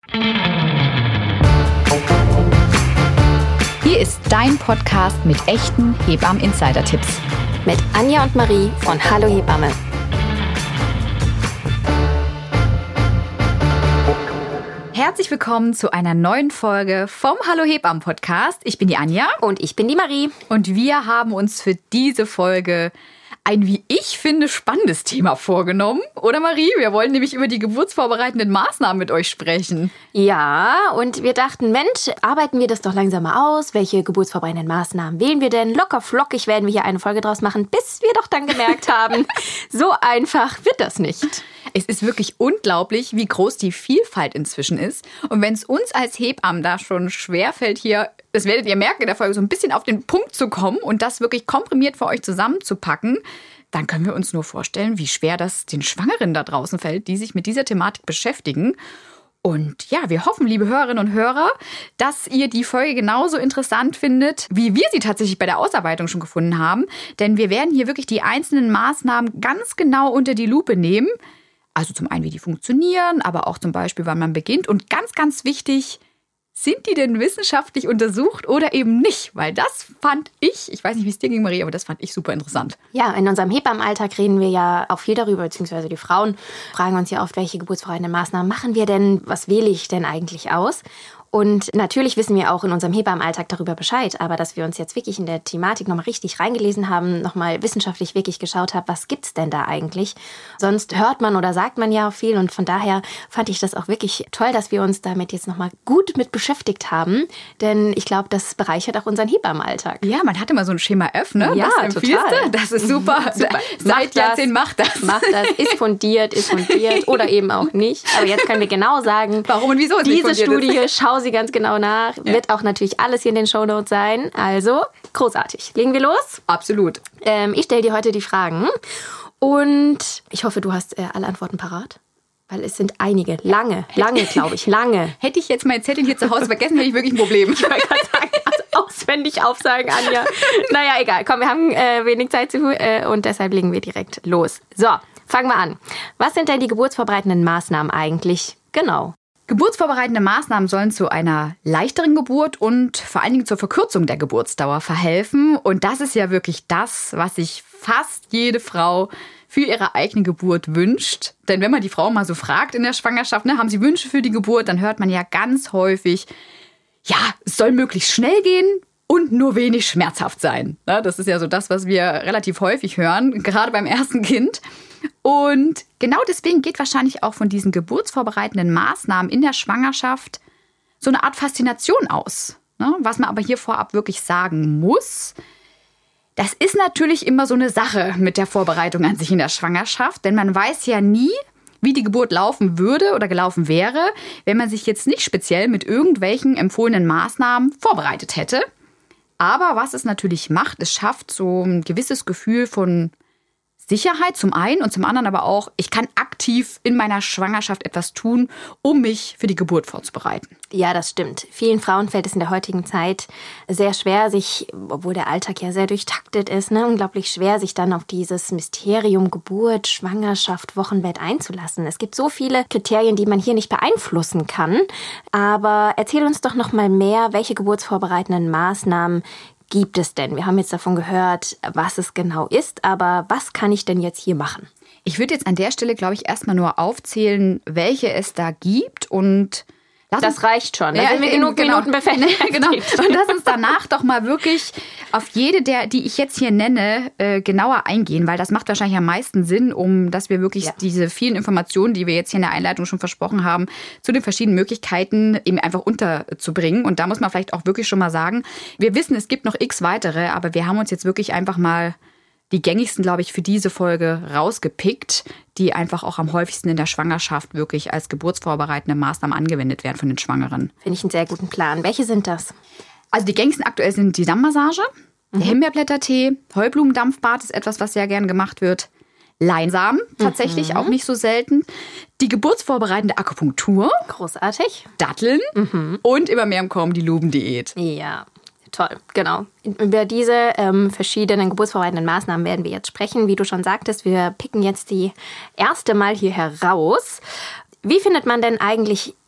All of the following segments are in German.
Hier ist dein Podcast mit echten Hebammen-Insider-Tipps. Mit Anja und Marie von Hallo Hebamme. Herzlich willkommen zu einer neuen Folge vom Hallo Hebammen Podcast. Ich bin die Anja. Und ich bin die Marie. Und wir haben uns für diese Folge ein, wie ich finde, spannendes Thema vorgenommen. Oder Marie? Wir wollen nämlich über die geburtsvorbereitenden Maßnahmen mit euch sprechen. Ja, und wir dachten, Mensch, arbeiten wir das doch langsam mal aus. Welche geburtsvorbereitenden Maßnahmen wählen wir denn? Locker flockig werden wir hier eine Folge draus machen, bis wir doch dann gemerkt haben, so einfach wird das nicht. Es ist wirklich unglaublich, wie groß die Vielfalt inzwischen ist. Und wenn es uns als Hebammen da schon schwerfällt, hier, das werdet ihr merken in der Folge, so ein bisschen auf den Punkt zu kommen und das wirklich komprimiert für euch zusammenzupacken, dann können wir uns nur vorstellen, wie schwer das den Schwangeren da draußen fällt, die sich mit dieser Thematik beschäftigen. Und ja, wir hoffen, liebe Hörerinnen und Hörer, dass ihr die Folge genauso interessant findet, wie wir sie tatsächlich bei der Ausarbeitung schon gefunden haben. Denn wir werden hier wirklich die einzelnen Maßnahmen ganz genau unter die Lupe nehmen. Also zum einen, wie die funktionieren, aber auch zum Beispiel, wann man beginnt. Und ganz, ganz wichtig, sind die denn wissenschaftlich untersucht oder eben nicht? Weil das fand ich weiß nicht, wie es dir ging, Marie, aber das fand ich super interessant. Ja, in unserem Hebammenalltag reden wir ja auch viel darüber, beziehungsweise die Frauen fragen uns ja oft, welche geburtsvorbereitenden Maßnahmen machen wir denn? Was wähle ich denn eigentlich aus? Und natürlich wissen wir auch in unserem Hebammenalltag darüber Bescheid, aber dass wir uns jetzt wirklich in der Thematik nochmal richtig reingelesen haben, nochmal wissenschaftlich wirklich geschaut haben, was gibt's denn da eigentlich? Sonst hört man oder sagt man ja auch viel und von daher fand ich das auch wirklich toll, dass wir uns damit jetzt nochmal gut mit beschäftigt haben, denn ich glaube, das bereichert auch unseren Hebammenalltag. Ja, man hat immer so ein Schema F, ne? Ja, was empfiehlst du? Das ist super. Super. Seit Jahrzehnten macht das. Macht das, ist fundiert oder eben auch nicht. Aber jetzt können wir genau sagen, warum und wieso es nicht diese fundiert Studie, ist. schau sie ganz genau nach, wird auch natürlich alles hier in den Shownotes sein. Also, großartig. Legen wir los? Absolut. Ich stelle dir heute die Fragen und ich hoffe, du hast alle Antworten parat. Weil es sind einige. Lange, glaube ich. Lange. Hätte ich jetzt mein Zettel hier zu Hause vergessen, hätte ich wirklich ein Problem. Ich wollte gerade sagen, also auswendig aufsagen, Anja. Naja, egal. Komm, wir haben wenig Zeit und deshalb legen wir direkt los. So, fangen wir an. Was sind denn die geburtsvorbereitenden Maßnahmen eigentlich? Genau. Geburtsvorbereitende Maßnahmen sollen zu einer leichteren Geburt und vor allen Dingen zur Verkürzung der Geburtsdauer verhelfen. Und das ist ja wirklich das, was sich fast jede Frau für ihre eigene Geburt wünscht. Denn wenn man die Frau mal so fragt in der Schwangerschaft, ne, haben sie Wünsche für die Geburt, dann hört man ja ganz häufig, ja, es soll möglichst schnell gehen und nur wenig schmerzhaft sein. Ja, das ist ja so das, was wir relativ häufig hören, gerade beim ersten Kind. Und genau deswegen geht wahrscheinlich auch von diesen geburtsvorbereitenden Maßnahmen in der Schwangerschaft so eine Art Faszination aus. Ne? Was man aber hier vorab wirklich sagen muss, das ist natürlich immer so eine Sache mit der Vorbereitung an sich in der Schwangerschaft, denn man weiß ja nie, wie die Geburt laufen würde oder gelaufen wäre, wenn man sich jetzt nicht speziell mit irgendwelchen empfohlenen Maßnahmen vorbereitet hätte. Aber was es natürlich macht, es schafft so ein gewisses Gefühl von Sicherheit zum einen und zum anderen aber auch, ich kann aktiv in meiner Schwangerschaft etwas tun, um mich für die Geburt vorzubereiten. Ja, das stimmt. Vielen Frauen fällt es in der heutigen Zeit sehr schwer, sich, obwohl der Alltag ja sehr durchtaktet ist, unglaublich schwer, sich dann auf dieses Mysterium Geburt, Schwangerschaft, Wochenbett einzulassen. Es gibt so viele Kriterien, die man hier nicht beeinflussen kann. Aber erzähl uns doch noch mal mehr, welche geburtsvorbereitenden Maßnahmen gibt es denn? Wir haben jetzt davon gehört, was es genau ist, aber was kann ich denn jetzt hier machen? Ich würde jetzt an der Stelle, glaube ich, erstmal nur aufzählen, welche es da gibt und das reicht schon. Da sind wir genug Minuten beschäftigt. Genau. Und lass uns danach doch mal wirklich auf jede die ich jetzt hier nenne, genauer eingehen, weil das macht wahrscheinlich am meisten Sinn, dass wir wirklich diese vielen Informationen, die wir jetzt hier in der Einleitung schon versprochen haben, zu den verschiedenen Möglichkeiten eben einfach unterzubringen. Und da muss man vielleicht auch wirklich schon mal sagen, wir wissen, es gibt noch x weitere, aber wir haben uns jetzt wirklich einfach mal die gängigsten, glaube ich, für diese Folge rausgepickt, die einfach auch am häufigsten in der Schwangerschaft wirklich als geburtsvorbereitende Maßnahmen angewendet werden von den Schwangeren. Finde ich einen sehr guten Plan. Welche sind das? Also die gängigsten aktuell sind die Dammmassage, der Himbeerblättertee, Heublumendampfbad ist etwas, was sehr gern gemacht wird. Leinsamen, tatsächlich auch nicht so selten. Die geburtsvorbereitende Akupunktur. Großartig. Datteln. Und immer mehr im Kommen die Lubendiät. Ja. Toll, genau. Über diese verschiedenen geburtsvorbereitenden Maßnahmen werden wir jetzt sprechen. Wie du schon sagtest, wir picken jetzt die erste mal hier heraus. Wie findet man denn eigentlich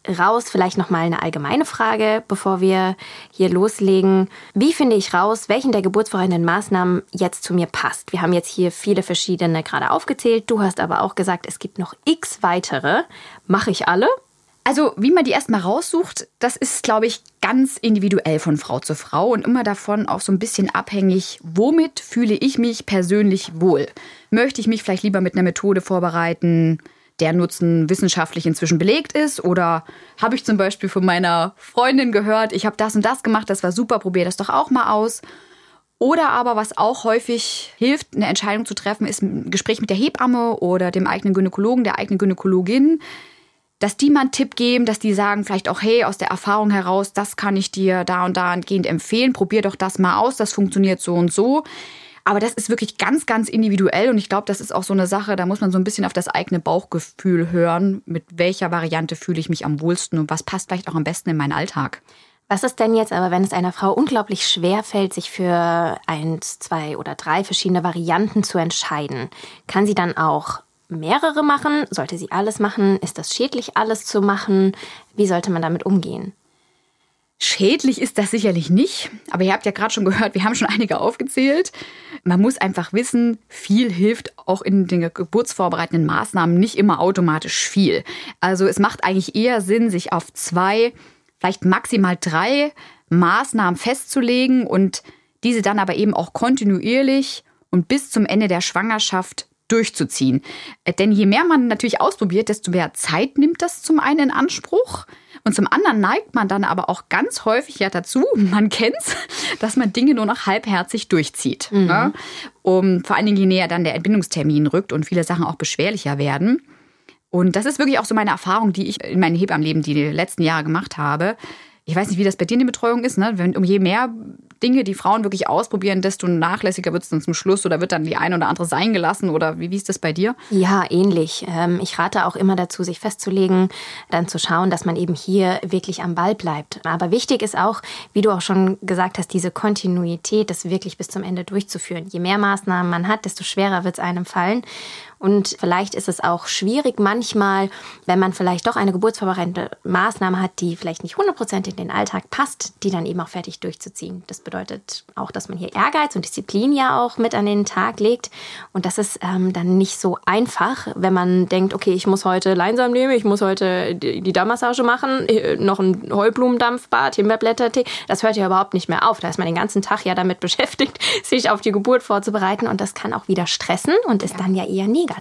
raus? Vielleicht nochmal eine allgemeine Frage, bevor wir hier loslegen. Wie finde ich raus, welchen der geburtsvorbereitenden Maßnahmen jetzt zu mir passt? Wir haben jetzt hier viele verschiedene gerade aufgezählt. Du hast aber auch gesagt, es gibt noch x weitere. Mache ich alle? Also wie man die erstmal raussucht, das ist, glaube ich, ganz individuell von Frau zu Frau und immer davon auch so ein bisschen abhängig, womit fühle ich mich persönlich wohl. Möchte ich mich vielleicht lieber mit einer Methode vorbereiten, der Nutzen wissenschaftlich inzwischen belegt ist? Oder habe ich zum Beispiel von meiner Freundin gehört, ich habe das und das gemacht, das war super, probier das doch auch mal aus. Oder aber, was auch häufig hilft, eine Entscheidung zu treffen, ist ein Gespräch mit der Hebamme oder dem eigenen Gynäkologen, der eigenen Gynäkologin, dass die mal einen Tipp geben, dass die sagen vielleicht auch, hey, aus der Erfahrung heraus, das kann ich dir da und dahingehend empfehlen, probier doch das mal aus, das funktioniert so und so. Aber das ist wirklich ganz, ganz individuell und ich glaube, das ist auch so eine Sache, da muss man so ein bisschen auf das eigene Bauchgefühl hören, mit welcher Variante fühle ich mich am wohlsten und was passt vielleicht auch am besten in meinen Alltag. Was ist denn jetzt aber, wenn es einer Frau unglaublich schwer fällt, sich für 1, 2 oder 3 verschiedene Varianten zu entscheiden? Kann sie dann auch mehrere machen? Sollte sie alles machen? Ist das schädlich, alles zu machen? Wie sollte man damit umgehen? Schädlich ist das sicherlich nicht, aber ihr habt ja gerade schon gehört, wir haben schon einige aufgezählt. Man muss einfach wissen, viel hilft auch in den geburtsvorbereitenden Maßnahmen nicht immer automatisch viel. Also es macht eigentlich eher Sinn, sich auf 2, vielleicht maximal 3 Maßnahmen festzulegen und diese dann aber eben auch kontinuierlich und bis zum Ende der Schwangerschaft durchzuziehen. Denn je mehr man natürlich ausprobiert, desto mehr Zeit nimmt das zum einen in Anspruch. Und zum anderen neigt man dann aber auch ganz häufig ja dazu, man kennt's, dass man Dinge nur noch halbherzig durchzieht. Ne? Vor allen Dingen, je näher dann der Entbindungstermin rückt und viele Sachen auch beschwerlicher werden. Und das ist wirklich auch so meine Erfahrung, die ich in meinem Hebammenleben die letzten Jahre gemacht habe. Ich weiß nicht, wie das bei dir in der Betreuung ist, ne? Wenn je mehr Dinge die Frauen wirklich ausprobieren, desto nachlässiger wird es dann zum Schluss oder wird dann die eine oder andere sein gelassen oder wie ist das bei dir? Ja, ähnlich. Ich rate auch immer dazu, sich festzulegen, dann zu schauen, dass man eben hier wirklich am Ball bleibt. Aber wichtig ist auch, wie du auch schon gesagt hast, diese Kontinuität, das wirklich bis zum Ende durchzuführen. Je mehr Maßnahmen man hat, desto schwerer wird es einem fallen. Und vielleicht ist es auch schwierig manchmal, wenn man vielleicht doch eine geburtsvorbereitende Maßnahme hat, die vielleicht nicht 100% in den Alltag passt, die dann eben auch fertig durchzuziehen. Das bedeutet auch, dass man hier Ehrgeiz und Disziplin ja auch mit an den Tag legt. Und das ist dann nicht so einfach, wenn man denkt, okay, ich muss heute Leinsamen nehmen, ich muss heute die Darmmassage machen, noch ein Heublumendampfbad, Himbeerblättertee. Das hört ja überhaupt nicht mehr auf. Da ist man den ganzen Tag ja damit beschäftigt, sich auf die Geburt vorzubereiten. Und das kann auch wieder stressen und ist dann ja eher negativ.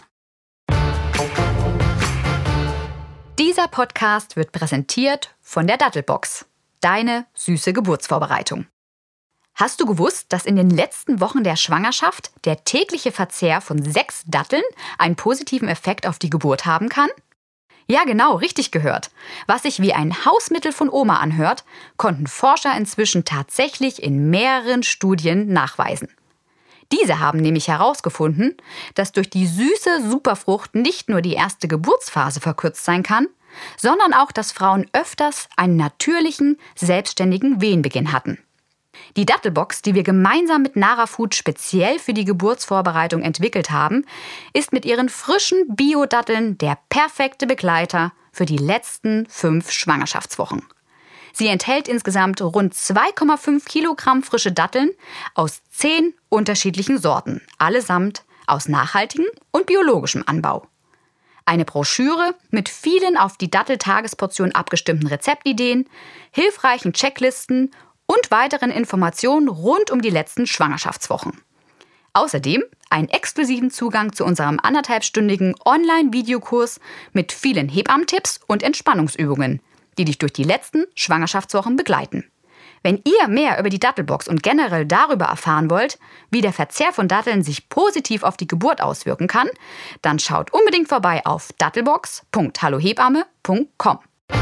Dieser Podcast wird präsentiert von der Dattelbox. Deine süße Geburtsvorbereitung. Hast du gewusst, dass in den letzten Wochen der Schwangerschaft der tägliche Verzehr von 6 Datteln einen positiven Effekt auf die Geburt haben kann? Ja, genau, richtig gehört. Was sich wie ein Hausmittel von Oma anhört, konnten Forscher inzwischen tatsächlich in mehreren Studien nachweisen. Diese haben nämlich herausgefunden, dass durch die süße Superfrucht nicht nur die erste Geburtsphase verkürzt sein kann, sondern auch, dass Frauen öfters einen natürlichen, selbstständigen Wehenbeginn hatten. Die Dattelbox, die wir gemeinsam mit Narafood speziell für die Geburtsvorbereitung entwickelt haben, ist mit ihren frischen Bio-Datteln der perfekte Begleiter für die letzten 5 Schwangerschaftswochen. Sie enthält insgesamt rund 2,5 Kilogramm frische Datteln aus 10 unterschiedlichen Sorten, allesamt aus nachhaltigem und biologischem Anbau. Eine Broschüre mit vielen auf die Dattel-Tagesportion abgestimmten Rezeptideen, hilfreichen Checklisten und weiteren Informationen rund um die letzten Schwangerschaftswochen. Außerdem einen exklusiven Zugang zu unserem 1,5-stündigen Online-Videokurs mit vielen Hebammentipps und Entspannungsübungen, die dich durch die letzten Schwangerschaftswochen begleiten. Wenn ihr mehr über die Dattelbox und generell darüber erfahren wollt, wie der Verzehr von Datteln sich positiv auf die Geburt auswirken kann, dann schaut unbedingt vorbei auf dattelbox.hallohebamme.com.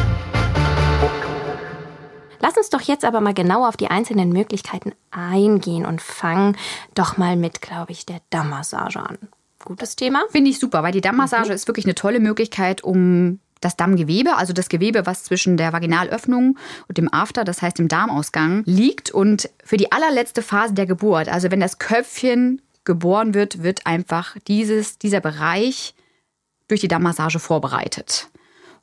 Lass uns doch jetzt aber mal genau auf die einzelnen Möglichkeiten eingehen und fangen doch mal mit, glaube ich, der Dammmassage an. Gutes Thema? Finde ich super, weil die Dammmassage ist wirklich eine tolle Möglichkeit, um das Dammgewebe, also das Gewebe, was zwischen der Vaginalöffnung und dem After, das heißt dem Darmausgang, liegt. Und für die allerletzte Phase der Geburt, also wenn das Köpfchen geboren wird, wird einfach dieser Bereich durch die Dammmassage vorbereitet.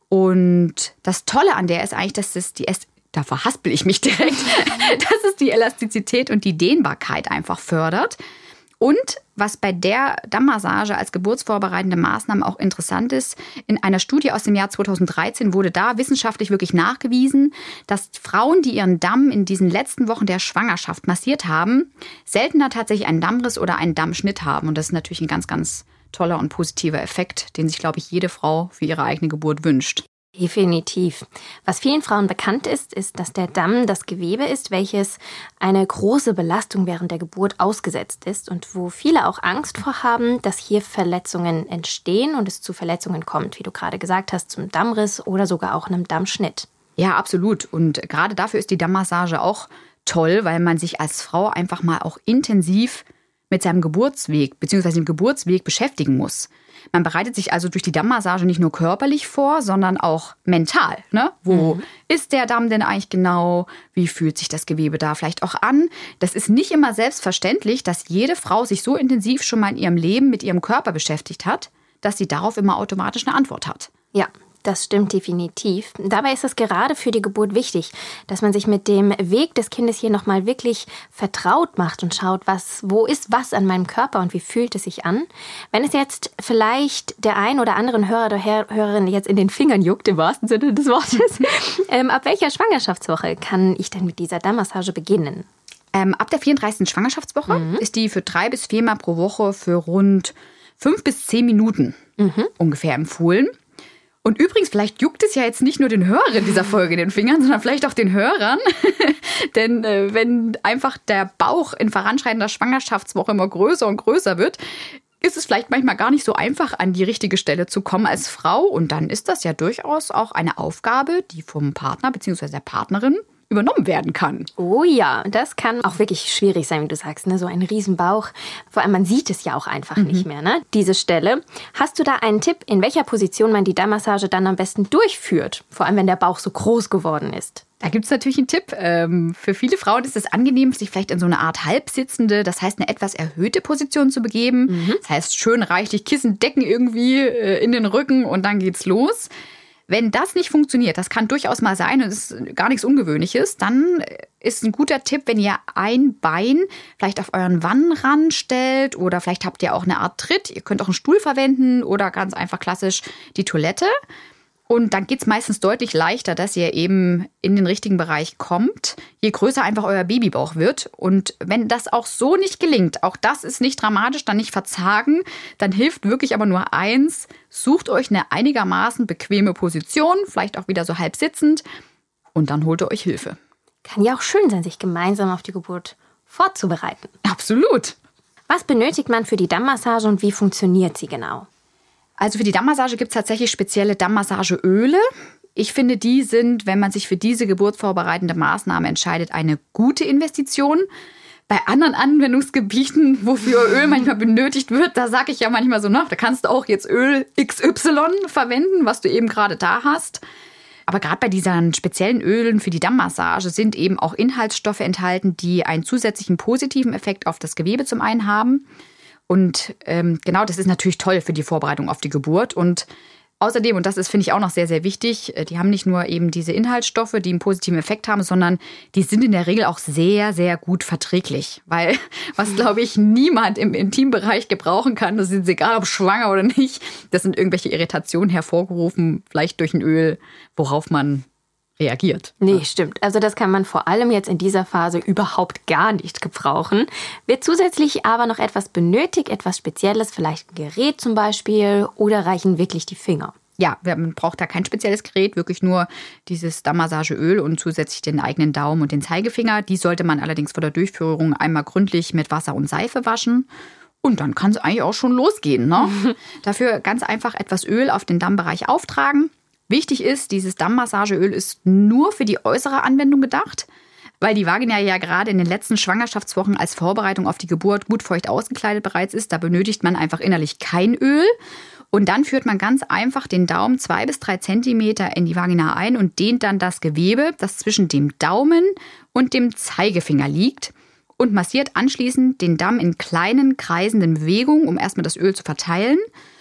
Und das Tolle an der ist eigentlich, dass da verhaspel ich mich direkt, dass es die Elastizität und die Dehnbarkeit einfach fördert. Und was bei der Dammmassage als geburtsvorbereitende Maßnahme auch interessant ist, in einer Studie aus dem Jahr 2013 wurde da wissenschaftlich wirklich nachgewiesen, dass Frauen, die ihren Damm in diesen letzten Wochen der Schwangerschaft massiert haben, seltener tatsächlich einen Dammriss oder einen Dammschnitt haben. Und das ist natürlich ein ganz, ganz toller und positiver Effekt, den sich, glaube ich, jede Frau für ihre eigene Geburt wünscht. Definitiv. Was vielen Frauen bekannt ist, dass der Damm das Gewebe ist, welches eine große Belastung während der Geburt ausgesetzt ist und wo viele auch Angst vor haben, dass hier Verletzungen entstehen und es zu Verletzungen kommt, wie du gerade gesagt hast, zum Dammriss oder sogar auch einem Dammschnitt. Ja, absolut. Und gerade dafür ist die Dammmassage auch toll, weil man sich als Frau einfach mal auch intensiv mit seinem Geburtsweg bzw. dem Geburtsweg beschäftigen muss. Man bereitet sich also durch die Dammmassage nicht nur körperlich vor, sondern auch mental. Ne? Wo ist der Damm denn eigentlich genau? Wie fühlt sich das Gewebe da vielleicht auch an? Das ist nicht immer selbstverständlich, dass jede Frau sich so intensiv schon mal in ihrem Leben mit ihrem Körper beschäftigt hat, dass sie darauf immer automatisch eine Antwort hat. Ja. Das stimmt definitiv. Dabei ist es gerade für die Geburt wichtig, dass man sich mit dem Weg des Kindes hier nochmal wirklich vertraut macht und schaut, wo ist was an meinem Körper und wie fühlt es sich an. Wenn es jetzt vielleicht der ein oder anderen Hörer oder Hörerin jetzt in den Fingern juckt, im wahrsten Sinne des Wortes, ab welcher Schwangerschaftswoche kann ich denn mit dieser Dammmassage beginnen? Ab der 34. Schwangerschaftswoche ist die für 3 bis 4 Mal pro Woche für rund 5 bis 10 Minuten ungefähr empfohlen. Und übrigens, vielleicht juckt es ja jetzt nicht nur den Hörern dieser Folge in den Fingern, sondern vielleicht auch den Hörern. Denn wenn einfach der Bauch in voranschreitender Schwangerschaftswoche immer größer und größer wird, ist es vielleicht manchmal gar nicht so einfach, an die richtige Stelle zu kommen als Frau. Und dann ist das ja durchaus auch eine Aufgabe, die vom Partner bzw. der Partnerin übernommen werden kann. Oh ja, das kann auch wirklich schwierig sein, wie du sagst, ne? So ein Riesenbauch. Vor allem, man sieht es ja auch einfach nicht mehr, ne? Diese Stelle. Hast du da einen Tipp, in welcher Position man die Dammmassage dann am besten durchführt? Vor allem, wenn der Bauch so groß geworden ist. Da gibt es natürlich einen Tipp. Für viele Frauen ist es angenehm, sich vielleicht in so eine Art halbsitzende, das heißt eine etwas erhöhte Position zu begeben. Das heißt schön reichlich Kissen, Decken irgendwie in den Rücken und dann geht's los. Wenn das nicht funktioniert, das kann durchaus mal sein und ist gar nichts Ungewöhnliches, dann ist ein guter Tipp, wenn ihr ein Bein vielleicht auf euren Wannenrand stellt oder vielleicht habt ihr auch eine Art Tritt. Ihr könnt auch einen Stuhl verwenden oder ganz einfach klassisch die Toilette. Und dann geht es meistens deutlich leichter, dass ihr eben in den richtigen Bereich kommt, je größer einfach euer Babybauch wird. Und wenn das auch so nicht gelingt, auch das ist nicht dramatisch, dann nicht verzagen, dann hilft wirklich aber nur eins: Sucht euch eine einigermaßen bequeme Position, vielleicht auch wieder so halb sitzend, und dann holt ihr euch Hilfe. Kann ja auch schön sein, sich gemeinsam auf die Geburt vorzubereiten. Absolut. Was benötigt man für die Dammmassage und wie funktioniert sie genau? Also für die Dammmassage gibt es tatsächlich spezielle Dammmassageöle. Ich finde, die sind, wenn man sich für diese geburtsvorbereitende Maßnahme entscheidet, eine gute Investition. Bei anderen Anwendungsgebieten, wofür Öl manchmal benötigt wird, da sage ich ja manchmal so, da kannst du auch jetzt Öl XY verwenden, was du eben gerade da hast. Aber gerade bei diesen speziellen Ölen für die Dammmassage sind eben auch Inhaltsstoffe enthalten, die einen zusätzlichen positiven Effekt auf das Gewebe zum einen haben. Und genau, das ist natürlich toll für die Vorbereitung auf die Geburt. Und außerdem, und das ist, finde ich, auch noch sehr, sehr wichtig, die haben nicht nur eben diese Inhaltsstoffe, die einen positiven Effekt haben, sondern die sind in der Regel auch sehr, sehr gut verträglich. Weil, was, glaube ich, niemand im Intimbereich gebrauchen kann, das ist egal, ob schwanger oder nicht, das sind irgendwelche Irritationen hervorgerufen, vielleicht durch ein Öl, worauf man reagiert. Nee, stimmt. Also das kann man vor allem jetzt in dieser Phase überhaupt gar nicht gebrauchen. Wird zusätzlich aber noch etwas benötigt, etwas Spezielles, vielleicht ein Gerät zum Beispiel, oder reichen wirklich die Finger? Ja, man braucht da kein spezielles Gerät, wirklich nur dieses Dammmassageöl und zusätzlich den eigenen Daumen und den Zeigefinger. Die sollte man allerdings vor der Durchführung einmal gründlich mit Wasser und Seife waschen. Und dann kann es eigentlich auch schon losgehen, ne? Dafür ganz einfach etwas Öl auf den Dammbereich auftragen. Wichtig ist, dieses Dammmassageöl ist nur für die äußere Anwendung gedacht, weil die Vagina ja gerade in den letzten Schwangerschaftswochen als Vorbereitung auf die Geburt gut feucht ausgekleidet bereits ist. Da benötigt man einfach innerlich kein Öl. Und dann führt man ganz einfach den Daumen 2 bis 3 Zentimeter in die Vagina ein und dehnt dann das Gewebe, das zwischen dem Daumen und dem Zeigefinger liegt, und massiert anschließend den Damm in kleinen kreisenden Bewegungen, um erstmal das Öl zu verteilen.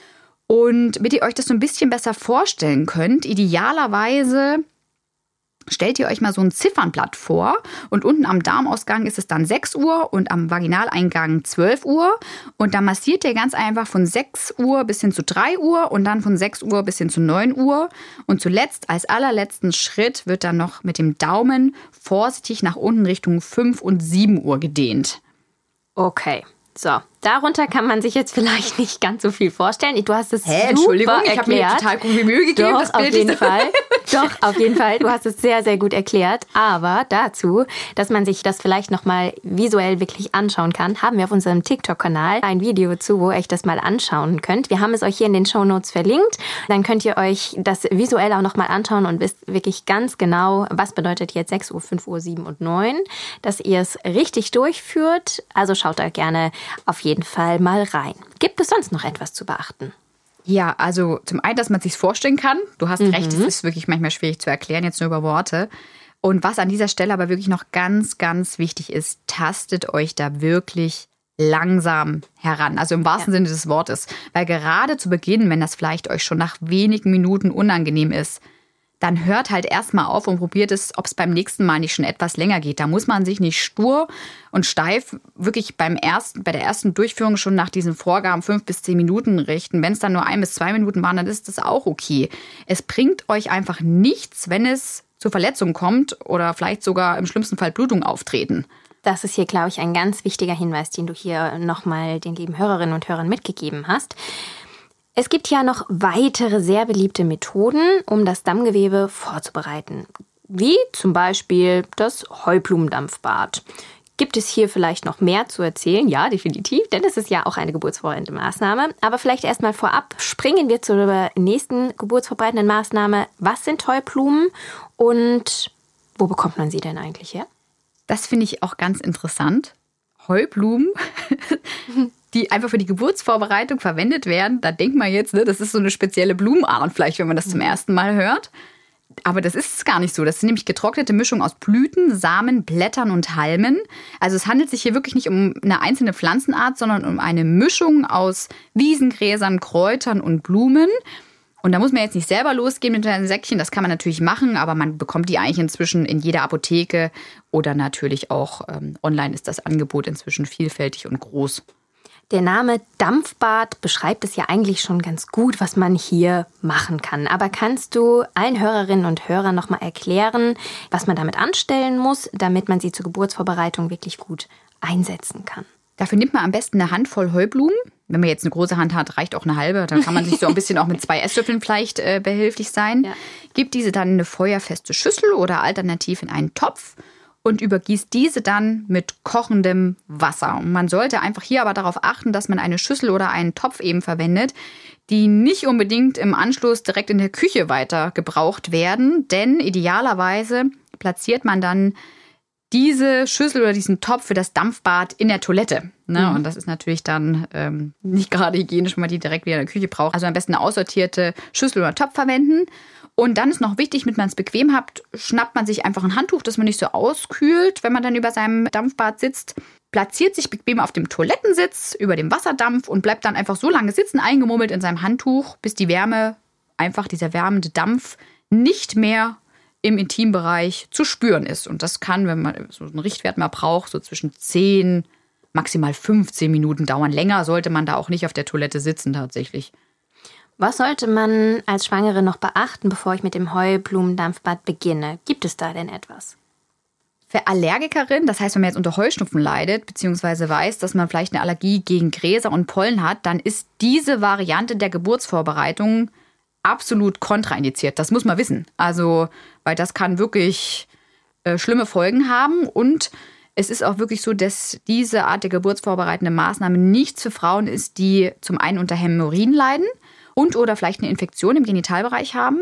Und damit ihr euch das so ein bisschen besser vorstellen könnt, idealerweise stellt ihr euch mal so ein Ziffernblatt vor und unten am Darmausgang ist es dann 6 Uhr und am Vaginaleingang 12 Uhr. Und da massiert ihr ganz einfach von 6 Uhr bis hin zu 3 Uhr und dann von 6 Uhr bis hin zu 9 Uhr. Und zuletzt, als allerletzten Schritt, wird dann noch mit dem Daumen vorsichtig nach unten Richtung 5 und 7 Uhr gedehnt. Okay. So, darunter kann man sich jetzt vielleicht nicht ganz so viel vorstellen. Du hast es super Entschuldigung, erklärt. Ich habe mir total viel Mühe gegeben. Doch, auf jeden Fall. Doch, auf jeden Fall. Du hast es sehr, sehr gut erklärt. Aber dazu, dass man sich das vielleicht nochmal visuell wirklich anschauen kann, haben wir auf unserem TikTok-Kanal ein Video zu, wo ihr euch das mal anschauen könnt. Wir haben es euch hier in den Shownotes verlinkt. Dann könnt ihr euch das visuell auch nochmal anschauen und wisst wirklich ganz genau, was bedeutet jetzt 6 Uhr, 5 Uhr, 7 und 9, dass ihr es richtig durchführt. Also schaut da gerne auf jeden Fall mal rein. Gibt es sonst noch etwas zu beachten? Ja, also zum einen, dass man es sich vorstellen kann. Du hast recht, es ist wirklich manchmal schwierig zu erklären, jetzt nur über Worte. Und was an dieser Stelle aber wirklich noch ganz, ganz wichtig ist, tastet euch da wirklich langsam heran. Also im wahrsten Sinne des Wortes. Weil gerade zu Beginn, wenn das vielleicht euch schon nach wenigen Minuten unangenehm ist, dann hört halt erstmal auf und probiert es, ob es beim nächsten Mal nicht schon etwas länger geht. Da muss man sich nicht stur und steif wirklich bei der ersten Durchführung schon nach diesen Vorgaben 5 bis 10 Minuten richten. Wenn es dann nur 1 bis 2 Minuten waren, dann ist das auch okay. Es bringt euch einfach nichts, wenn es zu Verletzungen kommt oder vielleicht sogar im schlimmsten Fall Blutungen auftreten. Das ist hier, glaube ich, ein ganz wichtiger Hinweis, den du hier nochmal den lieben Hörerinnen und Hörern mitgegeben hast. Es gibt ja noch weitere sehr beliebte Methoden, um das Dammgewebe vorzubereiten, wie zum Beispiel das Heublumendampfbad. Gibt es hier vielleicht noch mehr zu erzählen? Ja, definitiv, denn es ist ja auch eine geburtsvorbereitende Maßnahme. Aber vielleicht erstmal vorab springen wir zur nächsten geburtsvorbereitenden Maßnahme. Was sind Heublumen und wo bekommt man sie denn eigentlich her? Das finde ich auch ganz interessant. Heublumen, die einfach für die Geburtsvorbereitung verwendet werden. Da denkt man jetzt, ne, das ist so eine spezielle Blumenart vielleicht, wenn man das zum ersten Mal hört. Aber das ist es gar nicht so. Das sind nämlich getrocknete Mischungen aus Blüten, Samen, Blättern und Halmen. Also es handelt sich hier wirklich nicht um eine einzelne Pflanzenart, sondern um eine Mischung aus Wiesengräsern, Kräutern und Blumen. Und da muss man jetzt nicht selber losgehen mit einem Säckchen. Das kann man natürlich machen, aber man bekommt die eigentlich inzwischen in jeder Apotheke. Oder natürlich auch online ist das Angebot inzwischen vielfältig und groß. Der Name Dampfbad beschreibt es ja eigentlich schon ganz gut, was man hier machen kann. Aber kannst du allen Hörerinnen und Hörern nochmal erklären, was man damit anstellen muss, damit man sie zur Geburtsvorbereitung wirklich gut einsetzen kann? Dafür nimmt man am besten eine Handvoll Heublumen. Wenn man jetzt eine große Hand hat, reicht auch eine halbe. Dann kann man sich so ein bisschen auch mit 2 Esslöffeln vielleicht behilflich sein. Ja. Gibt diese dann in eine feuerfeste Schüssel oder alternativ in einen Topf und übergießt diese dann mit kochendem Wasser. Und man sollte einfach hier aber darauf achten, dass man eine Schüssel oder einen Topf eben verwendet, die nicht unbedingt im Anschluss direkt in der Küche weiter gebraucht werden. Denn idealerweise platziert man dann diese Schüssel oder diesen Topf für das Dampfbad in der Toilette. Ne? Und das ist natürlich dann nicht gerade hygienisch, wenn man die direkt wieder in der Küche braucht. Also am besten eine aussortierte Schüssel oder Topf verwenden. Und dann ist noch wichtig, damit man es bequem hat, schnappt man sich einfach ein Handtuch, das man nicht so auskühlt, wenn man dann über seinem Dampfbad sitzt, platziert sich bequem auf dem Toilettensitz über dem Wasserdampf und bleibt dann einfach so lange sitzen, eingemummelt in seinem Handtuch, bis die Wärme, einfach dieser wärmende Dampf, nicht mehr im Intimbereich zu spüren ist. Und das kann, wenn man so einen Richtwert mal braucht, so zwischen 10, maximal 15 Minuten dauern. Länger sollte man da auch nicht auf der Toilette sitzen tatsächlich. Was sollte man als Schwangere noch beachten, bevor ich mit dem Heublumendampfbad beginne? Gibt es da denn etwas? Für Allergikerinnen, das heißt, wenn man jetzt unter Heuschnupfen leidet, beziehungsweise weiß, dass man vielleicht eine Allergie gegen Gräser und Pollen hat, dann ist diese Variante der Geburtsvorbereitung absolut kontraindiziert. Das muss man wissen. Also, weil das kann wirklich schlimme Folgen haben. Und es ist auch wirklich so, dass diese Art der geburtsvorbereitenden Maßnahme nichts für Frauen ist, die zum einen unter Hämorrhoiden leiden und oder vielleicht eine Infektion im Genitalbereich haben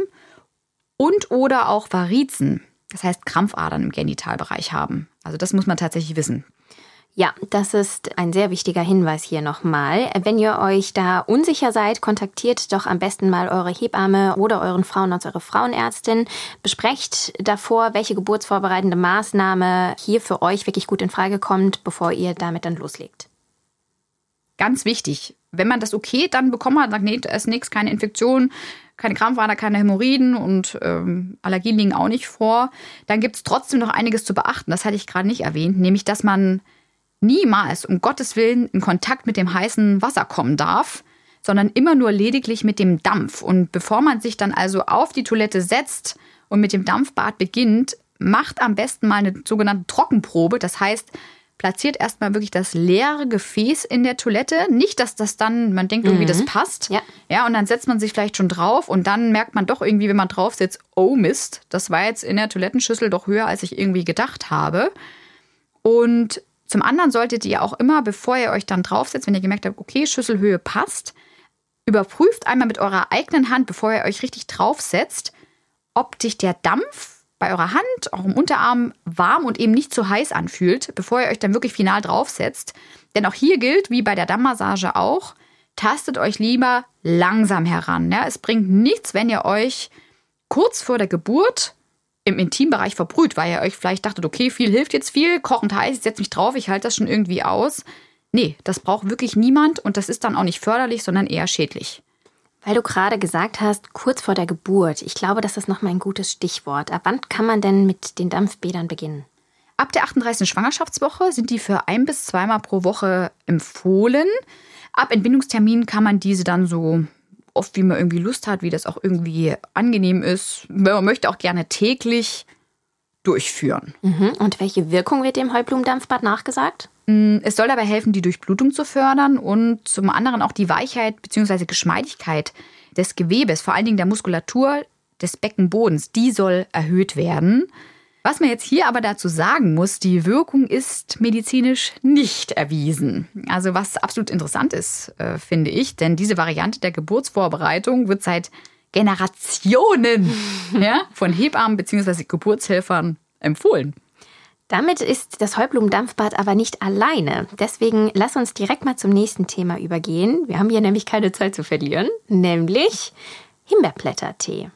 und oder auch Varizen, das heißt Krampfadern im Genitalbereich haben. Also das muss man tatsächlich wissen. Ja, das ist ein sehr wichtiger Hinweis hier nochmal. Wenn ihr euch da unsicher seid, kontaktiert doch am besten mal eure Hebamme oder euren Frauenarzt, eure Frauenärztin. Besprecht davor, welche geburtsvorbereitende Maßnahme hier für euch wirklich gut in Frage kommt, bevor ihr damit dann loslegt. Ganz wichtig, wenn man das okay dann bekommen hat, sagt, nee, da ist nichts, keine Infektion, keine Krampfader, keine Hämorrhoiden und Allergien liegen auch nicht vor, dann gibt es trotzdem noch einiges zu beachten. Das hatte ich gerade nicht erwähnt, nämlich, dass man niemals, um Gottes Willen, in Kontakt mit dem heißen Wasser kommen darf, sondern immer nur lediglich mit dem Dampf. Und bevor man sich dann also auf die Toilette setzt und mit dem Dampfbad beginnt, macht am besten mal eine sogenannte Trockenprobe. Das heißt, platziert erstmal wirklich das leere Gefäß in der Toilette. Nicht, dass das dann, man denkt irgendwie, das passt. Ja, und dann setzt man sich vielleicht schon drauf und dann merkt man doch irgendwie, wenn man drauf sitzt, oh Mist, das war jetzt in der Toilettenschüssel doch höher, als ich irgendwie gedacht habe. Und zum anderen solltet ihr auch immer, bevor ihr euch dann draufsetzt, wenn ihr gemerkt habt, okay, Schüsselhöhe passt, überprüft einmal mit eurer eigenen Hand, bevor ihr euch richtig draufsetzt, ob sich der Dampf bei eurer Hand, auch im Unterarm, warm und eben nicht zu heiß anfühlt, bevor ihr euch dann wirklich final draufsetzt. Denn auch hier gilt, wie bei der Dammmassage auch, tastet euch lieber langsam heran. Ja, es bringt nichts, wenn ihr euch kurz vor der Geburt im Intimbereich verbrüht, weil ihr euch vielleicht dachtet, okay, viel hilft jetzt viel, kochend heiß, ich setze mich drauf, ich halte das schon irgendwie aus. Nee, das braucht wirklich niemand und das ist dann auch nicht förderlich, sondern eher schädlich. Weil du gerade gesagt hast, kurz vor der Geburt. Ich glaube, das ist nochmal ein gutes Stichwort. Ab wann kann man denn mit den Dampfbädern beginnen? Ab der 38. Schwangerschaftswoche sind die für 1- bis 2-mal pro Woche empfohlen. Ab Entbindungstermin kann man diese dann so oft, wie man irgendwie Lust hat, wie das auch irgendwie angenehm ist. Man möchte auch gerne täglich durchführen. Und welche Wirkung wird dem Heublumendampfbad nachgesagt? Es soll dabei helfen, die Durchblutung zu fördern und zum anderen auch die Weichheit bzw. Geschmeidigkeit des Gewebes, vor allen Dingen der Muskulatur des Beckenbodens, die soll erhöht werden. Was man jetzt hier aber dazu sagen muss, die Wirkung ist medizinisch nicht erwiesen. Also was absolut interessant ist, finde ich, denn diese Variante der Geburtsvorbereitung wird seit Generationen von Hebammen bzw. Geburtshelfern empfohlen. Damit ist das Heublumendampfbad aber nicht alleine. Deswegen lass uns direkt mal zum nächsten Thema übergehen. Wir haben hier nämlich keine Zeit zu verlieren, nämlich Himbeerblättertee.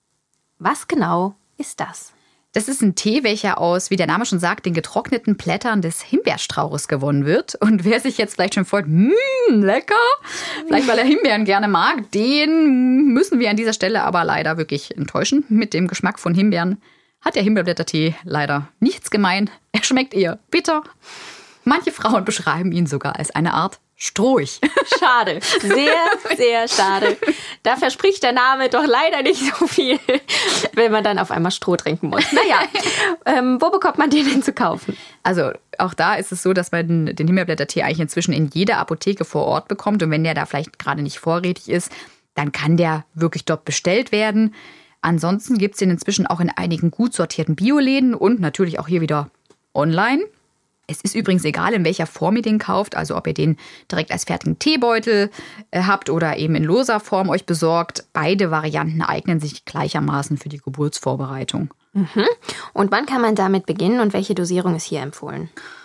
Was genau ist das? Das ist ein Tee, welcher aus, wie der Name schon sagt, den getrockneten Blättern des Himbeerstrauches gewonnen wird. Und wer sich jetzt vielleicht schon freut, lecker, vielleicht weil er Himbeeren gerne mag, den müssen wir an dieser Stelle aber leider wirklich enttäuschen. Mit dem Geschmack von Himbeeren hat der Himbeerblättertee leider nichts gemein. Er schmeckt eher bitter. Manche Frauen beschreiben ihn sogar als eine Art Strohig. Schade. Sehr, sehr schade. Da verspricht der Name doch leider nicht so viel, wenn man dann auf einmal Stroh trinken muss. Naja, wo bekommt man den denn zu kaufen? Also auch da ist es so, dass man den Himbeerblättertee eigentlich inzwischen in jeder Apotheke vor Ort bekommt. Und wenn der da vielleicht gerade nicht vorrätig ist, dann kann der wirklich dort bestellt werden. Ansonsten gibt es den inzwischen auch in einigen gut sortierten Bioläden und natürlich auch hier wieder online. Es ist übrigens egal, in welcher Form ihr den kauft, also ob ihr den direkt als fertigen Teebeutel habt oder eben in loser Form euch besorgt. Beide Varianten eignen sich gleichermaßen für die Geburtsvorbereitung. Und wann kann man damit beginnen und welche Dosierung ist hier empfohlen?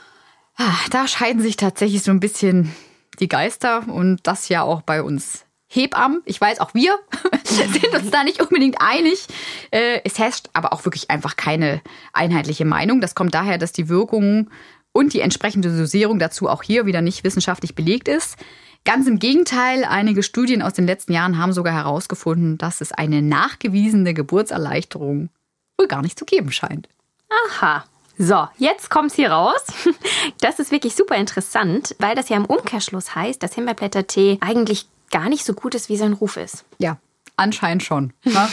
Da scheiden sich tatsächlich so ein bisschen die Geister und das ja auch bei uns Hebammen. Ich weiß, auch wir sind uns da nicht unbedingt einig. Es herrscht aber auch wirklich einfach keine einheitliche Meinung. Das kommt daher, dass die Wirkung und die entsprechende Dosierung dazu auch hier wieder nicht wissenschaftlich belegt ist. Ganz im Gegenteil, einige Studien aus den letzten Jahren haben sogar herausgefunden, dass es eine nachgewiesene Geburtserleichterung wohl gar nicht zu geben scheint. Aha. So, jetzt kommt's hier raus. Das ist wirklich super interessant, weil das ja im Umkehrschluss heißt, dass Himbeerblättertee eigentlich gar nicht so gut ist, wie sein Ruf ist. Ja, anscheinend schon. Aber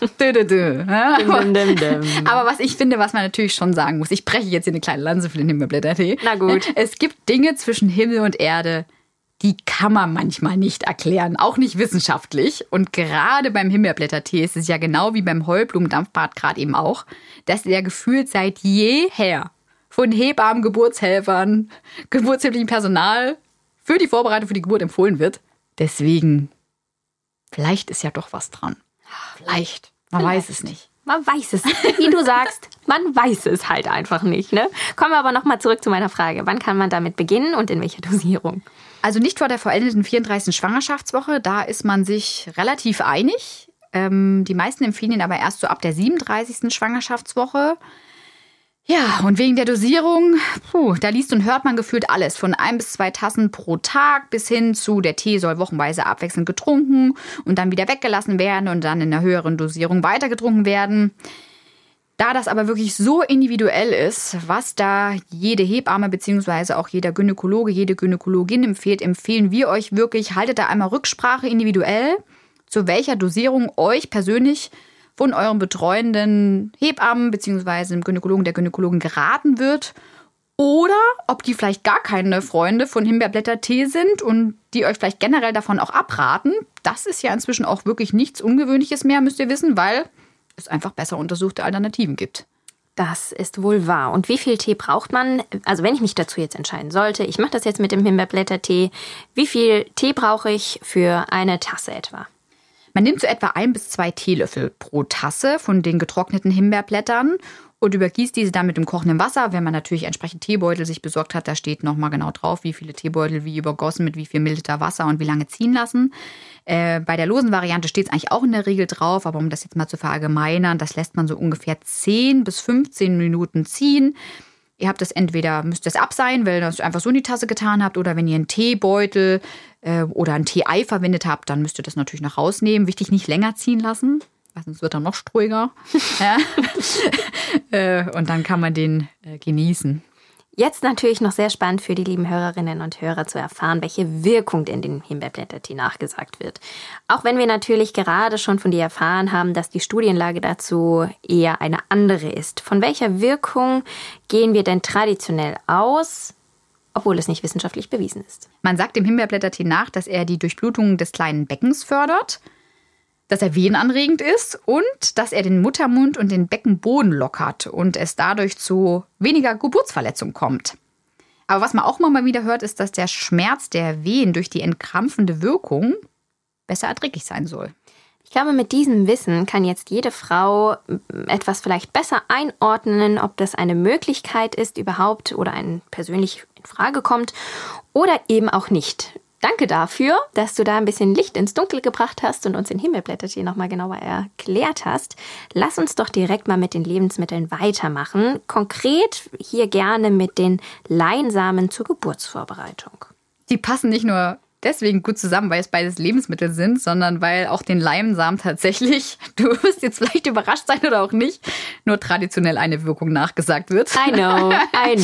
was ich finde, was man natürlich schon sagen muss, ich breche jetzt hier eine kleine Lanze für den Himbeerblättertee. Na gut. Es gibt Dinge zwischen Himmel und Erde, die kann man manchmal nicht erklären, auch nicht wissenschaftlich. Und gerade beim Himbeerblättertee ist es ja genau wie beim Heublumendampfbad gerade eben auch, dass der gefühlt seit jeher von Hebammen, Geburtshelfern, geburtshilflichem Personal für die Vorbereitung für die Geburt empfohlen wird. Deswegen, vielleicht ist ja doch was dran. Vielleicht. Man weiß es nicht. Man weiß es. Wie du sagst, man weiß es halt einfach nicht. Ne? Kommen wir aber nochmal zurück zu meiner Frage. Wann kann man damit beginnen und in welcher Dosierung? Also nicht vor der vollendeten 34. Schwangerschaftswoche. Da ist man sich relativ einig. Die meisten empfehlen ihn aber erst so ab der 37. Schwangerschaftswoche. Ja, und wegen der Dosierung, da liest und hört man gefühlt alles. Von 1 bis 2 Tassen pro Tag bis hin zu, der Tee soll wochenweise abwechselnd getrunken und dann wieder weggelassen werden und dann in einer höheren Dosierung weiter getrunken werden. Da das aber wirklich so individuell ist, was da jede Hebamme bzw. auch jeder Gynäkologe, jede Gynäkologin empfehlen wir euch wirklich, haltet da einmal Rücksprache individuell, zu welcher Dosierung euch persönlich von eurem betreuenden Hebammen bzw. dem Gynäkologen, der Gynäkologin geraten wird. Oder ob die vielleicht gar keine Freunde von Himbeerblättertee sind und die euch vielleicht generell davon auch abraten. Das ist ja inzwischen auch wirklich nichts Ungewöhnliches mehr, müsst ihr wissen, weil es einfach besser untersuchte Alternativen gibt. Das ist wohl wahr. Und wie viel Tee braucht man? Also wenn ich mich dazu jetzt entscheiden sollte, ich mache das jetzt mit dem Himbeerblättertee, wie viel Tee brauche ich für eine Tasse etwa? Man nimmt so etwa 1 bis 2 Teelöffel pro Tasse von den getrockneten Himbeerblättern und übergießt diese dann mit dem kochenden Wasser. Wenn man natürlich entsprechend Teebeutel sich besorgt hat, da steht nochmal genau drauf, wie viele Teebeutel wie übergossen, mit wie viel Milliliter Wasser und wie lange ziehen lassen. Bei der losen Variante steht es eigentlich auch in der Regel drauf, aber um das jetzt mal zu verallgemeinern, das lässt man so ungefähr 10 bis 15 Minuten ziehen. Ihr habt das entweder, müsst es ab sein, weil ihr das einfach so in die Tasse getan habt, oder wenn ihr einen Teebeutel oder ein Tee-Ei verwendet habt, dann müsst ihr das natürlich noch rausnehmen. Wichtig, nicht länger ziehen lassen, weil sonst wird er noch struiger. Und dann kann man den genießen. Jetzt natürlich noch sehr spannend für die lieben Hörerinnen und Hörer zu erfahren, welche Wirkung denn dem Himbeerblättertee nachgesagt wird. Auch wenn wir natürlich gerade schon von dir erfahren haben, dass die Studienlage dazu eher eine andere ist. Von welcher Wirkung gehen wir denn traditionell aus, obwohl es nicht wissenschaftlich bewiesen ist? Man sagt dem Himbeerblättertee nach, dass er die Durchblutung des kleinen Beckens fördert, dass er wehenanregend ist und dass er den Muttermund und den Beckenboden lockert und es dadurch zu weniger Geburtsverletzungen kommt. Aber was man auch mal wieder hört, ist, dass der Schmerz der Wehen durch die entkrampfende Wirkung besser erträglich sein soll. Ich glaube, mit diesem Wissen kann jetzt jede Frau etwas vielleicht besser einordnen, ob das eine Möglichkeit ist überhaupt oder einen persönlich in Frage kommt oder eben auch nicht. Danke dafür, dass du da ein bisschen Licht ins Dunkel gebracht hast und uns den Himbeerblättertee nochmal genauer erklärt hast. Lass uns doch direkt mal mit den Lebensmitteln weitermachen. Konkret hier gerne mit den Leinsamen zur Geburtsvorbereitung. Die passen nicht nur deswegen gut zusammen, weil es beides Lebensmittel sind, sondern weil auch den Leinsamen tatsächlich, du wirst jetzt vielleicht überrascht sein oder auch nicht, nur traditionell eine Wirkung nachgesagt wird. I know.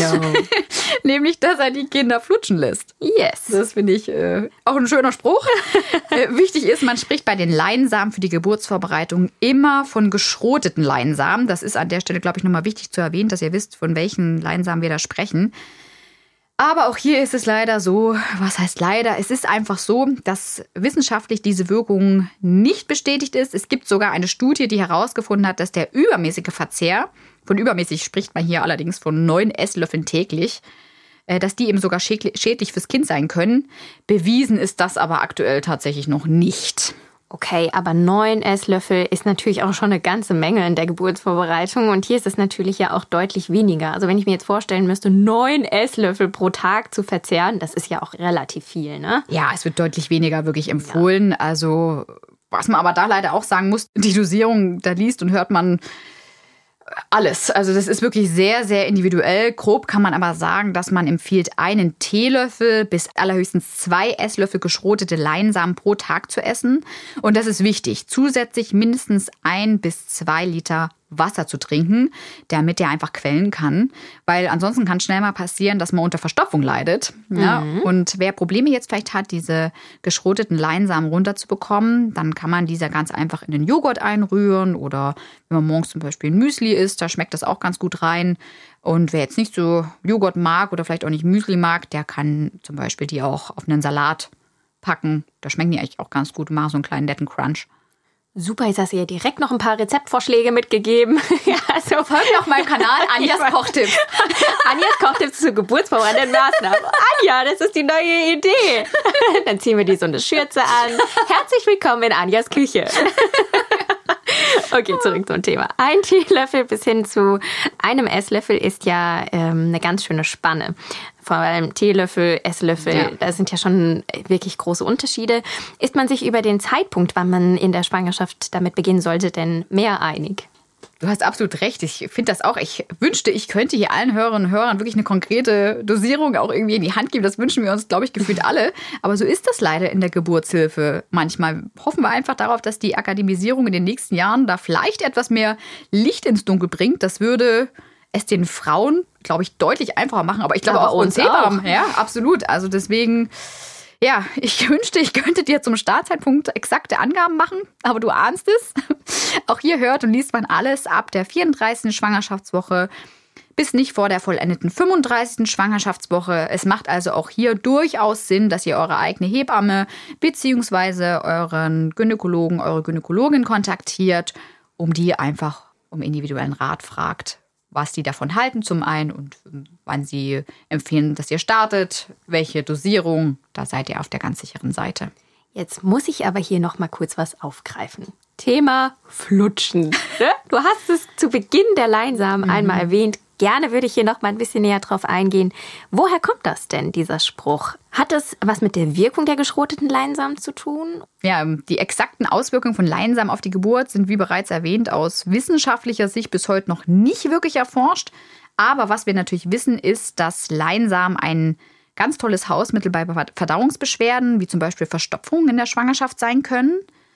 Nämlich, dass er die Kinder flutschen lässt. Yes. Das finde ich auch ein schöner Spruch. Wichtig ist, man spricht bei den Leinsamen für die Geburtsvorbereitung immer von geschroteten Leinsamen. Das ist an der Stelle, glaube ich, nochmal wichtig zu erwähnen, dass ihr wisst, von welchen Leinsamen wir da sprechen. Aber auch hier ist es leider so, was heißt leider? Es ist einfach so, dass wissenschaftlich diese Wirkung nicht bestätigt ist. Es gibt sogar eine Studie, die herausgefunden hat, dass der übermäßige Verzehr, von übermäßig spricht man hier allerdings von 9 Esslöffeln täglich, dass die eben sogar schädlich fürs Kind sein können. Bewiesen ist das aber aktuell tatsächlich noch nicht. Okay, aber 9 Esslöffel ist natürlich auch schon eine ganze Menge in der Geburtsvorbereitung. Und hier ist es natürlich ja auch deutlich weniger. Also wenn ich mir jetzt vorstellen müsste, 9 Esslöffel pro Tag zu verzehren, das ist ja auch relativ viel, ne? Ja, es wird deutlich weniger wirklich empfohlen. Ja. Also was man aber da leider auch sagen muss, die Dosierung, da liest und hört man alles. Also das ist wirklich sehr, sehr individuell. Grob kann man aber sagen, dass man empfiehlt, 1 Teelöffel bis allerhöchstens 2 Esslöffel geschrotete Leinsamen pro Tag zu essen. Und das ist wichtig, zusätzlich mindestens 1 bis 2 Liter Wasser zu trinken, damit der einfach quellen kann. Weil ansonsten kann schnell mal passieren, dass man unter Verstopfung leidet. Ja? Und wer Probleme jetzt vielleicht hat, diese geschroteten Leinsamen runterzubekommen, dann kann man diese ganz einfach in den Joghurt einrühren oder wenn man morgens zum Beispiel ein Müsli isst, da schmeckt das auch ganz gut rein. Und wer jetzt nicht so Joghurt mag oder vielleicht auch nicht Müsli mag, der kann zum Beispiel die auch auf einen Salat packen. Da schmecken die eigentlich auch ganz gut, machen so einen kleinen netten Crunch. Super, jetzt hast du ja direkt noch ein paar Rezeptvorschläge mitgegeben. Ja, also folgt auf meinem Kanal Anjas Kochtipps. Anjas Kochtipps zu geburtsvorbereitenden Maßnahmen. Anja, das ist die neue Idee. Dann ziehen wir die so eine Schürze an. Herzlich willkommen in Anjas Küche. Okay, zurück zum Thema. 1 Teelöffel bis hin zu 1 Esslöffel ist ja eine ganz schöne Spanne. Vor allem Teelöffel, Esslöffel, ja. Da sind ja schon wirklich große Unterschiede. Ist man sich über den Zeitpunkt, wann man in der Schwangerschaft damit beginnen sollte, denn mehr einig? Du hast absolut recht. Ich finde das auch. Ich wünschte, ich könnte hier allen Hörerinnen und Hörern wirklich eine konkrete Dosierung auch irgendwie in die Hand geben. Das wünschen wir uns, glaube ich, gefühlt alle. Aber so ist das leider in der Geburtshilfe manchmal. Hoffen wir einfach darauf, dass die Akademisierung in den nächsten Jahren da vielleicht etwas mehr Licht ins Dunkel bringt. Das würde es den Frauen, glaube ich, deutlich einfacher machen. Aber ich glaube auch uns Hebammen. Ja, absolut. Also deswegen... Ja, ich wünschte, ich könnte dir zum Startzeitpunkt exakte Angaben machen, aber du ahnst es. Auch hier hört und liest man alles ab der 34. Schwangerschaftswoche bis nicht vor der vollendeten 35. Schwangerschaftswoche. Es macht also auch hier durchaus Sinn, dass ihr eure eigene Hebamme bzw. euren Gynäkologen, eure Gynäkologin kontaktiert, um die einfach um individuellen Rat fragt, was die davon halten zum einen und wann sie empfehlen, dass ihr startet, welche Dosierung, da seid ihr auf der ganz sicheren Seite. Jetzt muss ich aber hier noch mal kurz was aufgreifen. Thema Flutschen. Du hast es zu Beginn der Leinsamen einmal erwähnt. Gerne würde ich hier noch mal ein bisschen näher drauf eingehen. Woher kommt das denn, dieser Spruch? Hat das was mit der Wirkung der geschroteten Leinsamen zu tun? Ja, die exakten Auswirkungen von Leinsamen auf die Geburt sind, wie bereits erwähnt, aus wissenschaftlicher Sicht bis heute noch nicht wirklich erforscht. Aber was wir natürlich wissen, ist, dass Leinsamen ein ganz tolles Hausmittel bei Verdauungsbeschwerden, wie zum Beispiel Verstopfungen in der Schwangerschaft sein können.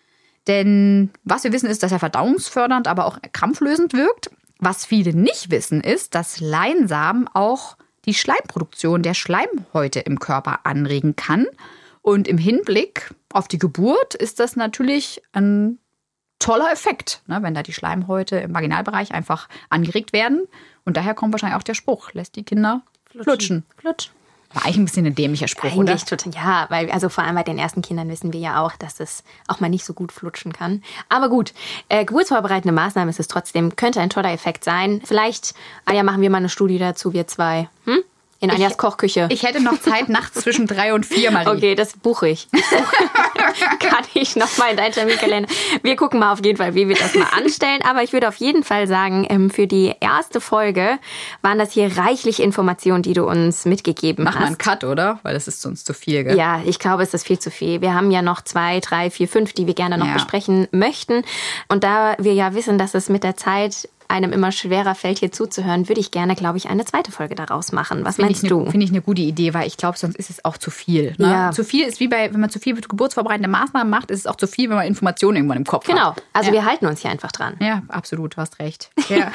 Denn was wir wissen, ist, dass er verdauungsfördernd, aber auch krampflösend wirkt. Was viele nicht wissen, ist, dass Leinsamen auch die Schleimproduktion der Schleimhäute im Körper anregen kann. Und im Hinblick auf die Geburt ist das natürlich ein toller Effekt, ne, wenn da die Schleimhäute im Vaginalbereich einfach angeregt werden. Und daher kommt wahrscheinlich auch der Spruch, lässt die Kinder flutschen. War eigentlich ein bisschen ein dämlicher Spruch, eigentlich oder? Total, ja, weil also vor allem bei den ersten Kindern wissen wir ja auch, dass das auch mal nicht so gut flutschen kann. Aber gut, geburtsvorbereitende Maßnahmen ist es trotzdem, könnte ein toller Effekt sein. Vielleicht, Anja, machen wir mal eine Studie dazu, wir zwei. In Anjas Kochküche. Ich hätte noch Zeit nachts zwischen 3 und 4, Marie. Okay, das buche ich. Kann ich noch mal in deinen Terminkalender. Wir gucken mal auf jeden Fall, wie wir das mal anstellen. Aber ich würde auf jeden Fall sagen, für die erste Folge waren das hier reichlich Informationen, die du uns mitgegeben hast. Mach mal einen Cut, oder? Weil das ist sonst zu viel, gell? Ja, ich glaube, es ist viel zu viel. Wir haben ja noch 2, 3, 4, 5, die wir gerne noch besprechen möchten. Und da wir ja wissen, dass es mit der Zeit einem immer schwerer fällt, hier zuzuhören, würde ich gerne, glaube ich, eine zweite Folge daraus machen. Was meinst du? Finde ich eine gute Idee, weil ich glaube, sonst ist es auch zu viel. Ne? Ja. Zu viel ist wie wenn man zu viel geburtsvorbereitende Maßnahmen macht, ist es auch zu viel, wenn man Informationen irgendwann im Kopf hat. Genau, also wir halten uns hier einfach dran. Ja, absolut, du hast recht. Ja.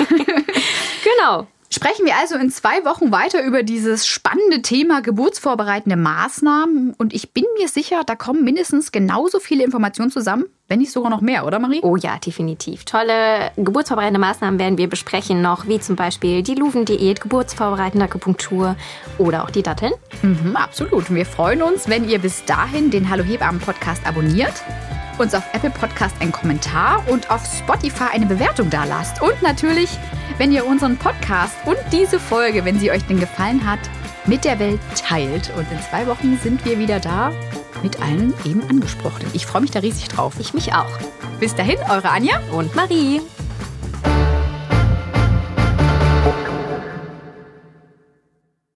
Genau. Sprechen wir also in 2 Wochen weiter über dieses spannende Thema geburtsvorbereitende Maßnahmen. Und ich bin mir sicher, da kommen mindestens genauso viele Informationen zusammen, wenn nicht sogar noch mehr, oder Marie? Oh ja, definitiv. Tolle geburtsvorbereitende Maßnahmen werden wir besprechen noch, wie zum Beispiel die Luven-Diät, geburtsvorbereitende Akupunktur oder auch die Datteln. Absolut. Und wir freuen uns, wenn ihr bis dahin den Hallo Hebammen Podcast abonniert, uns auf Apple Podcast einen Kommentar und auf Spotify eine Bewertung dalasst. Und natürlich, wenn ihr unseren Podcast und diese Folge, wenn sie euch denn gefallen hat, mit der Welt teilt. Und in 2 Wochen sind wir wieder da mit allen eben Angesprochenen. Ich freue mich da riesig drauf. Ich mich auch. Bis dahin, eure Anja und Marie.